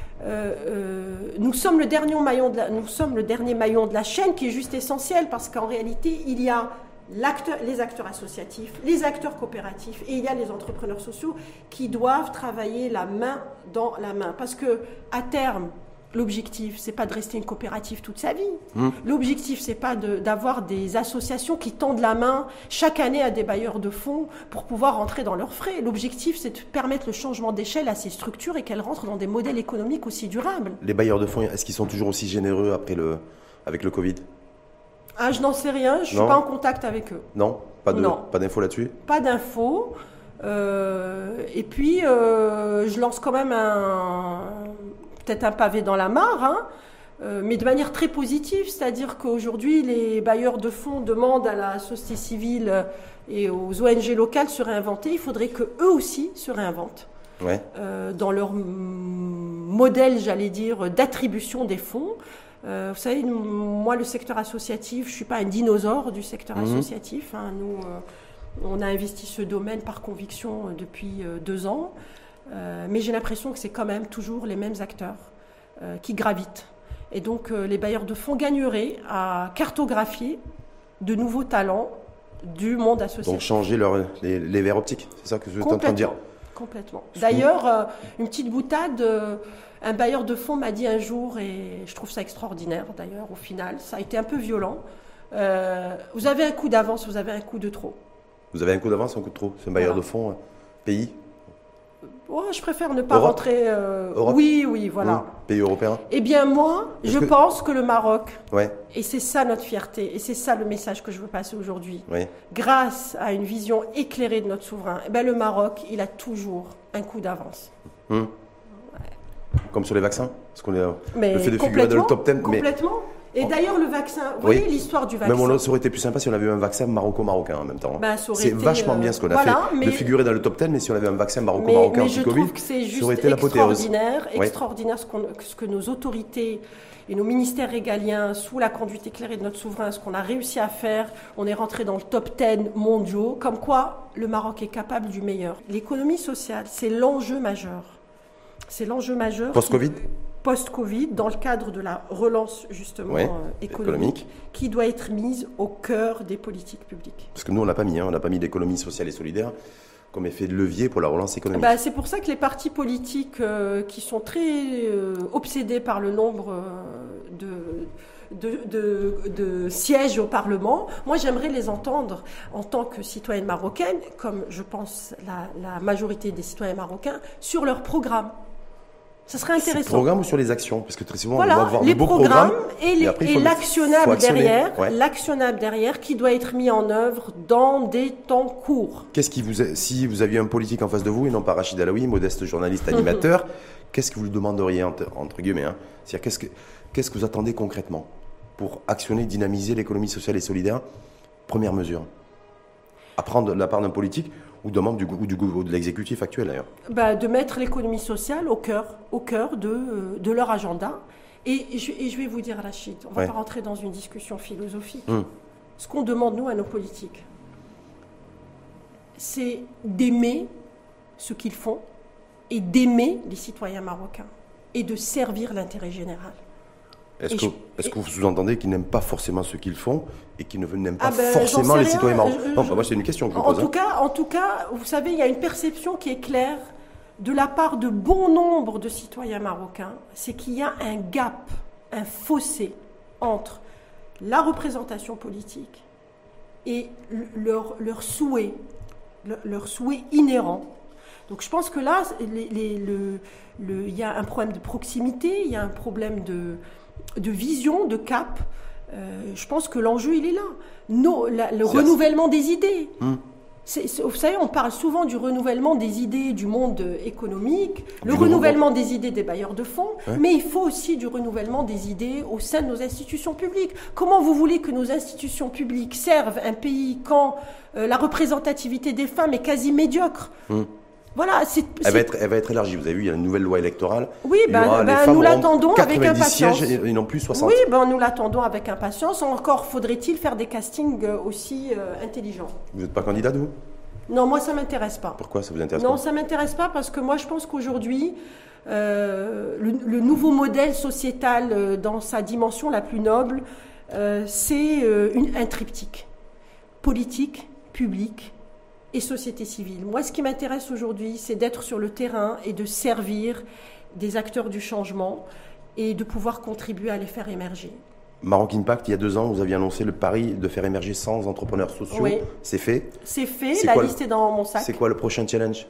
S2: nous sommes le dernier maillon de la chaîne, qui est juste essentiel, parce qu'en réalité, il y a les acteurs associatifs, les acteurs coopératifs, et il y a les entrepreneurs sociaux qui doivent travailler la main dans la main. Parce que, à terme, l'objectif, c'est pas de rester une coopérative toute sa vie. L'objectif, c'est pas d'avoir des associations qui tendent la main chaque année à des bailleurs de fonds pour pouvoir rentrer dans leurs frais. L'objectif, c'est de permettre le changement d'échelle à ces structures et qu'elles rentrent dans des modèles économiques aussi durables.
S1: Les bailleurs de fonds, est-ce qu'ils sont toujours aussi généreux avec le Covid?
S2: Ah, je n'en sais rien, je suis pas en contact avec eux.
S1: Non, pas d'infos là-dessus? Pas
S2: d'infos. Et puis, je lance quand même peut-être un pavé dans la mare, mais de manière très positive, c'est-à-dire qu'aujourd'hui, les bailleurs de fonds demandent à la société civile et aux ONG locales de se réinventer. Il faudrait qu'eux aussi se réinventent dans leur modèle, j'allais dire, d'attribution des fonds. Vous savez, moi, le secteur associatif, je ne suis pas un dinosaure du secteur associatif. Nous, on a investi ce domaine par conviction depuis 2 ans. Mais j'ai l'impression que c'est quand même toujours les mêmes acteurs qui gravitent. Et donc, les bailleurs de fonds gagneraient à cartographier de nouveaux talents du monde associatif.
S1: Donc, changer les verres optiques, c'est ça que je suis en train de dire?
S2: Complètement. D'ailleurs, une petite boutade, un bailleur de fonds m'a dit un jour, et je trouve ça extraordinaire d'ailleurs, au final, ça a été un peu violent, vous avez un coup d'avance, vous avez un coup de trop.
S1: Vous avez un coup d'avance, un coup de trop? C'est un bailleur de fonds, pays?
S2: Je préfère ne pas rentrer...
S1: Europe.
S2: Oui, voilà.
S1: Pays européen?
S2: Eh bien, moi, je pense que le Maroc,
S1: ouais.
S2: Et c'est ça notre fierté, et c'est ça le message que je veux passer aujourd'hui,
S1: ouais.
S2: Grâce à une vision éclairée de notre souverain, le Maroc, il a toujours un coup d'avance.
S1: Ouais. Comme sur les vaccins? Parce qu'on est le fait de figurer dans le top 10.
S2: Complètement. Et d'ailleurs, le vaccin, vous voyez l'histoire du vaccin.
S1: Même ça aurait été plus sympa si on avait eu un vaccin maroco-marocain en même temps. C'est vachement bien ce qu'on a fait, de figurer dans le top 10, mais si on avait un vaccin maroco-marocain anti-Covid, ça aurait été l'apothéose.
S2: Extraordinaire ce que nos autorités et nos ministères régaliens, sous la conduite éclairée de notre souverain, ce qu'on a réussi à faire. On est rentré dans le top 10 mondiaux, comme quoi le Maroc est capable du meilleur. L'économie sociale, c'est l'enjeu majeur. C'est l'enjeu majeur. Post-Covid, dans le cadre de la relance justement économique, qui doit être mise au cœur des politiques publiques.
S1: Parce que nous, on n'a pas mis l'économie sociale et solidaire comme effet de levier pour la relance économique.
S2: C'est pour ça que les partis politiques qui sont très obsédés par le nombre de sièges au Parlement, moi j'aimerais les entendre en tant que citoyenne marocaine, comme je pense la majorité des citoyens marocains, sur leur programme. Ça serait intéressant.
S1: Sur le programme ou sur les actions? Parce que très souvent,
S2: voilà,
S1: on va avoir
S2: les
S1: de beaux
S2: programmes
S1: et
S2: l'actionnable derrière,
S1: ouais.
S2: l'actionnable derrière qui doit être mis en œuvre dans des temps courts.
S1: Si vous aviez un politique en face de vous et non pas Rachid Alaoui, modeste journaliste animateur, qu'est-ce que vous lui demanderiez entre guillemets, hein? C'est-à-dire qu'est-ce que vous attendez concrètement pour actionner, dynamiser l'économie sociale et solidaire? Première mesure. Apprendre de la part d'un politique ou d'un membre de l'exécutif actuel d'ailleurs.
S2: De mettre l'économie sociale au cœur de leur agenda. Et je vais vous dire, Rachid, on ne va pas rentrer dans une discussion philosophique. Ce qu'on demande, nous, à nos politiques, c'est d'aimer ce qu'ils font et d'aimer les citoyens marocains et de servir l'intérêt général.
S1: Est-ce que vous sous-entendez qu'ils n'aiment pas forcément ce qu'ils font et qu'ils n'aiment pas forcément les citoyens marocains? Non, moi c'est une question que je vous pose.
S2: En tout cas, vous savez, il y a une perception qui est claire de la part de bon nombre de citoyens marocains, c'est qu'il y a un gap, un fossé entre la représentation politique et leur souhait inhérent. Donc je pense que là, il y a un problème de proximité, il y a un problème de vision, de cap. Je pense que l'enjeu, il est là. Le renouvellement des idées. Vous savez, on parle souvent du renouvellement des idées du monde économique, le renouvellement des idées des bailleurs de fonds, mais il faut aussi du renouvellement des idées au sein de nos institutions publiques. Comment vous voulez que nos institutions publiques servent un pays quand la représentativité des femmes est quasi médiocre? Voilà,
S1: elle va être élargie. Vous avez vu, il y a une nouvelle loi électorale.
S2: Oui, nous l'attendons avec impatience.
S1: Sièges et non plus 60.
S2: Oui, nous l'attendons avec impatience. Encore faudrait-il faire des castings aussi intelligents.
S1: Vous n'êtes pas candidate, vous?
S2: Non, moi, ça ne m'intéresse pas.
S1: Pourquoi ça vous intéresse pas?
S2: Non, ça ne m'intéresse pas parce que moi, je pense qu'aujourd'hui, le nouveau modèle sociétal dans sa dimension la plus noble, c'est un triptyque. Politique, public et société civile. Moi, ce qui m'intéresse aujourd'hui, c'est d'être sur le terrain et de servir des acteurs du changement et de pouvoir contribuer à les faire émerger.
S1: Maroc Impact, il y a 2 ans, vous aviez annoncé le pari de faire émerger 100 entrepreneurs sociaux.
S2: Oui.
S1: C'est fait?
S2: C'est fait, la liste est dans mon sac.
S1: C'est quoi le prochain challenge?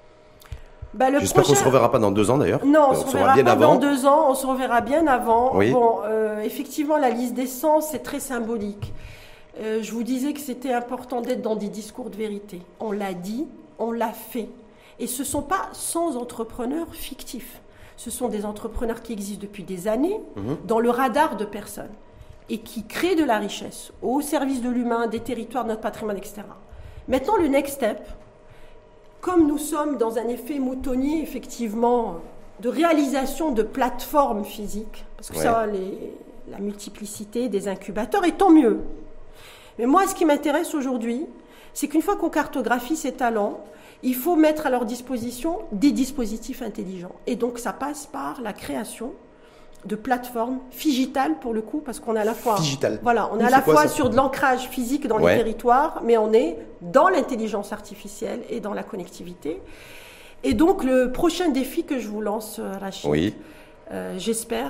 S2: J'espère
S1: qu'on ne se reverra pas dans 2 ans d'ailleurs.
S2: Non, on se reverra
S1: bien
S2: pas
S1: avant.
S2: Dans 2 ans, on se reverra bien avant.
S1: Oui.
S2: Bon, effectivement, la liste des 100, c'est très symbolique. Je vous disais que c'était important d'être dans des discours de vérité. On l'a dit, on l'a fait. Et ce ne sont pas 100 entrepreneurs fictifs. Ce sont des entrepreneurs qui existent depuis des années, dans le radar de personnes, et qui créent de la richesse au service de l'humain, des territoires, de notre patrimoine, etc. Maintenant, le next step, comme nous sommes dans un effet moutonnier, effectivement, de réalisation de plateformes physiques, parce que la multiplicité des incubateurs, et tant mieux. Mais moi, ce qui m'intéresse aujourd'hui, c'est qu'une fois qu'on cartographie ces talents, il faut mettre à leur disposition des dispositifs intelligents. Et donc, ça passe par la création de plateformes digitales, pour le coup, parce qu'on est à la fois, on est à la fois sur de l'ancrage physique dans les territoires, mais on est dans l'intelligence artificielle et dans la connectivité. Et donc, le prochain défi que je vous lance, Rachid, j'espère,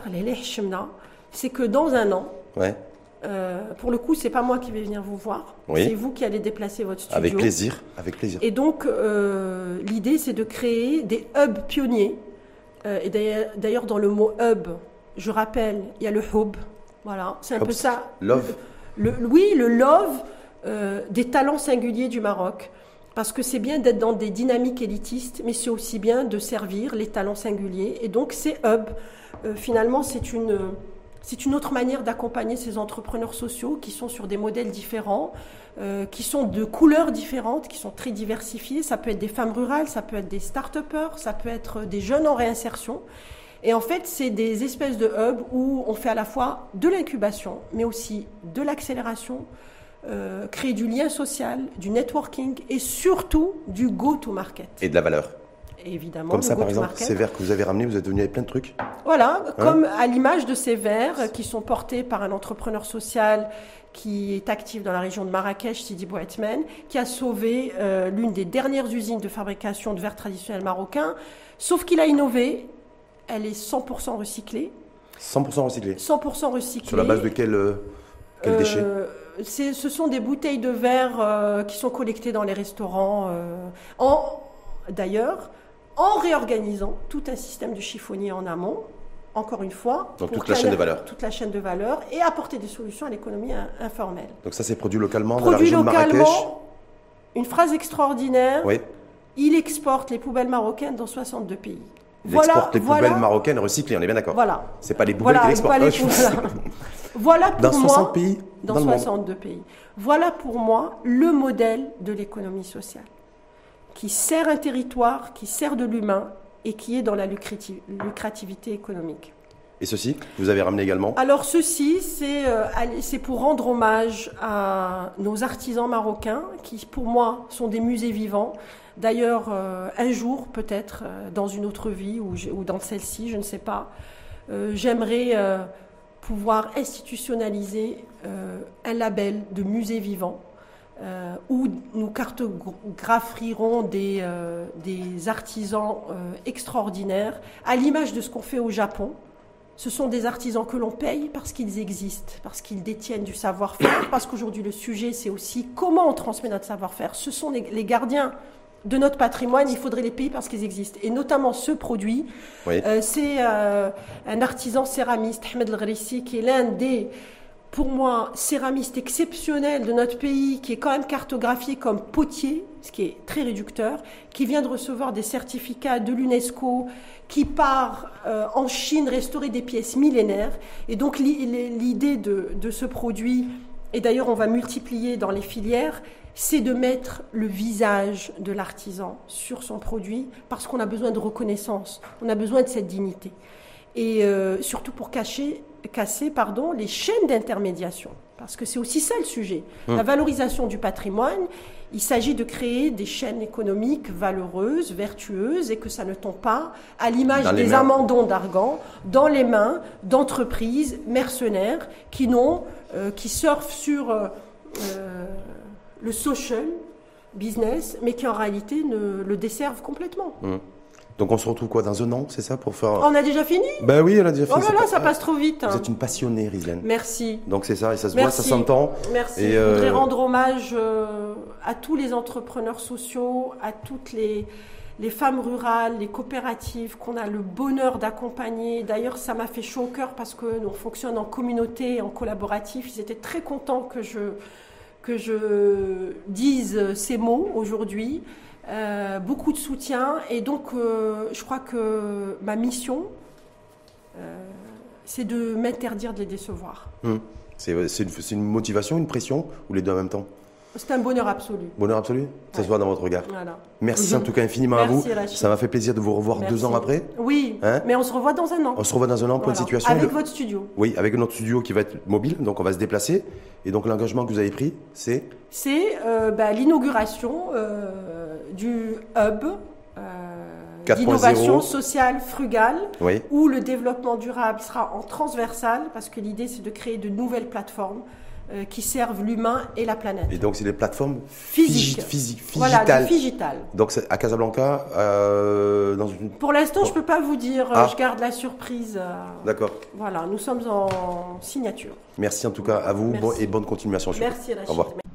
S2: c'est que dans un an, pour le coup, c'est pas moi qui vais venir vous voir, c'est vous qui allez déplacer votre studio.
S1: Avec plaisir, avec plaisir.
S2: Et donc, l'idée, c'est de créer des hubs pionniers. Et d'ailleurs, dans le mot hub, je rappelle, il y a le hub, voilà, c'est un peu ça.
S1: Love.
S2: Le love des talents singuliers du Maroc. Parce que c'est bien d'être dans des dynamiques élitistes, mais c'est aussi bien de servir les talents singuliers. Et donc, ces hubs, finalement, c'est une autre manière d'accompagner ces entrepreneurs sociaux qui sont sur des modèles différents, qui sont de couleurs différentes, qui sont très diversifiés. Ça peut être des femmes rurales, ça peut être des start-upers, ça peut être des jeunes en réinsertion. Et en fait, c'est des espèces de hubs où on fait à la fois de l'incubation, mais aussi de l'accélération, créer du lien social, du networking et surtout du go-to-market.
S1: Et de la valeur.
S2: Évidemment.
S1: Comme ça, par exemple, ces verres que vous avez ramenés, vous êtes venu avec plein de trucs.
S2: Voilà, comme à l'image de ces verres qui sont portés par un entrepreneur social qui est actif dans la région de Marrakech, Sidi Bouatman, qui a sauvé l'une des dernières usines de fabrication de verres traditionnels marocains, sauf qu'il a innové, elle est 100% recyclée.
S1: 100% recyclée.
S2: 100% recyclée.
S1: Sur la base de quel déchet?
S2: Ce sont des bouteilles de verre qui sont collectées dans les restaurants. D'ailleurs, en réorganisant tout un système de chiffonnier en amont, encore une fois.
S1: Donc toute la chaîne de valeur.
S2: Toute la chaîne de valeur et apporter des solutions à l'économie informelle.
S1: Donc ça, c'est produit localement dans la région de Marrakech.
S2: Une phrase extraordinaire.
S1: Oui.
S2: Il exporte les poubelles marocaines dans 62 pays.
S1: Il exporte les poubelles marocaines recyclées, on est bien d'accord.
S2: Voilà.
S1: C'est pas les poubelles qu'il exporte.
S2: Voilà pour
S1: dans 60
S2: moi,
S1: pays
S2: dans 62 pays. Voilà pour moi le modèle de l'économie sociale, qui sert un territoire, qui sert de l'humain et qui est dans la lucrativité économique.
S1: Et ceci, vous avez ramené également?
S2: Alors ceci, c'est pour rendre hommage à nos artisans marocains, qui pour moi sont des musées vivants. D'ailleurs, un jour, peut-être, dans une autre vie ou dans celle-ci, je ne sais pas, j'aimerais pouvoir institutionnaliser un label de musée vivant où nous cartographerons des artisans extraordinaires, à l'image de ce qu'on fait au Japon. Ce sont des artisans que l'on paye parce qu'ils existent, parce qu'ils détiennent du savoir-faire, parce qu'aujourd'hui le sujet c'est aussi comment on transmet notre savoir-faire. Ce sont les gardiens de notre patrimoine, il faudrait les payer parce qu'ils existent. Et notamment ce produit, oui. C'est un artisan céramiste, Ahmed El-Gharissi, qui est l'un des, pour moi, céramistes exceptionnels de notre pays, qui est quand même cartographié comme potier, ce qui est très réducteur, qui vient de recevoir des certificats de l'UNESCO, qui part en Chine restaurer des pièces millénaires. Et donc l'idée de ce produit, et d'ailleurs on va multiplier dans les filières, c'est de mettre le visage de l'artisan sur son produit parce qu'on a besoin de reconnaissance, on a besoin de cette dignité. Et surtout pour casser les chaînes d'intermédiation, parce que c'est aussi ça le sujet. La valorisation du patrimoine, il s'agit de créer des chaînes économiques valeureuses, vertueuses, et que ça ne tombe pas, à l'image des amandons d'Argan, dans les mains d'entreprises mercenaires qui surfent sur le social business, mais qui en réalité le desservent complètement.
S1: Donc on se retrouve quoi dans un an, c'est ça pour faire...
S2: On a déjà fini?
S1: Ben oui, on a déjà fini.
S2: Oh là là, ça passe trop vite.
S1: Vous êtes une passionnée, Rizlane.
S2: Merci.
S1: Donc c'est ça, et ça se voit, ça s'entend.
S2: Merci. Et je voudrais rendre hommage à tous les entrepreneurs sociaux, à toutes les femmes rurales, les coopératives qu'on a le bonheur d'accompagner. D'ailleurs, ça m'a fait chaud au cœur parce que nous fonctionnons en communauté, en collaboratif. Ils étaient très contents que je dise ces mots aujourd'hui. Beaucoup de soutien et donc je crois que ma mission c'est de m'interdire de les décevoir.
S1: C'est une motivation, une pression ou les deux en même temps?
S2: C'est un bonheur absolu.
S1: Bonheur absolu? Ça se voit dans votre regard.
S2: Voilà.
S1: Merci en tout cas infiniment à vous.
S2: Rachid.
S1: Ça m'a fait plaisir de vous revoir 2 ans après.
S2: Oui, mais on se revoit dans un an.
S1: On se revoit dans un an pour une situation.
S2: Avec votre studio.
S1: Oui, avec notre studio qui va être mobile, donc on va se déplacer. Et donc l'engagement que vous avez pris, c'est
S2: l'inauguration du hub d'innovation sociale frugale, où le développement durable sera en transversal, parce que l'idée c'est de créer de nouvelles plateformes qui servent l'humain et la planète.
S1: Et donc c'est des plateformes
S2: physiques. Voilà, digitales.
S1: Donc c'est à Casablanca, dans une...
S2: Pour l'instant, je ne peux pas vous dire, je garde la surprise.
S1: D'accord.
S2: Voilà, nous sommes en signature.
S1: Merci en tout cas à vous et bonne continuation.
S2: Merci Rachid.
S1: Au revoir.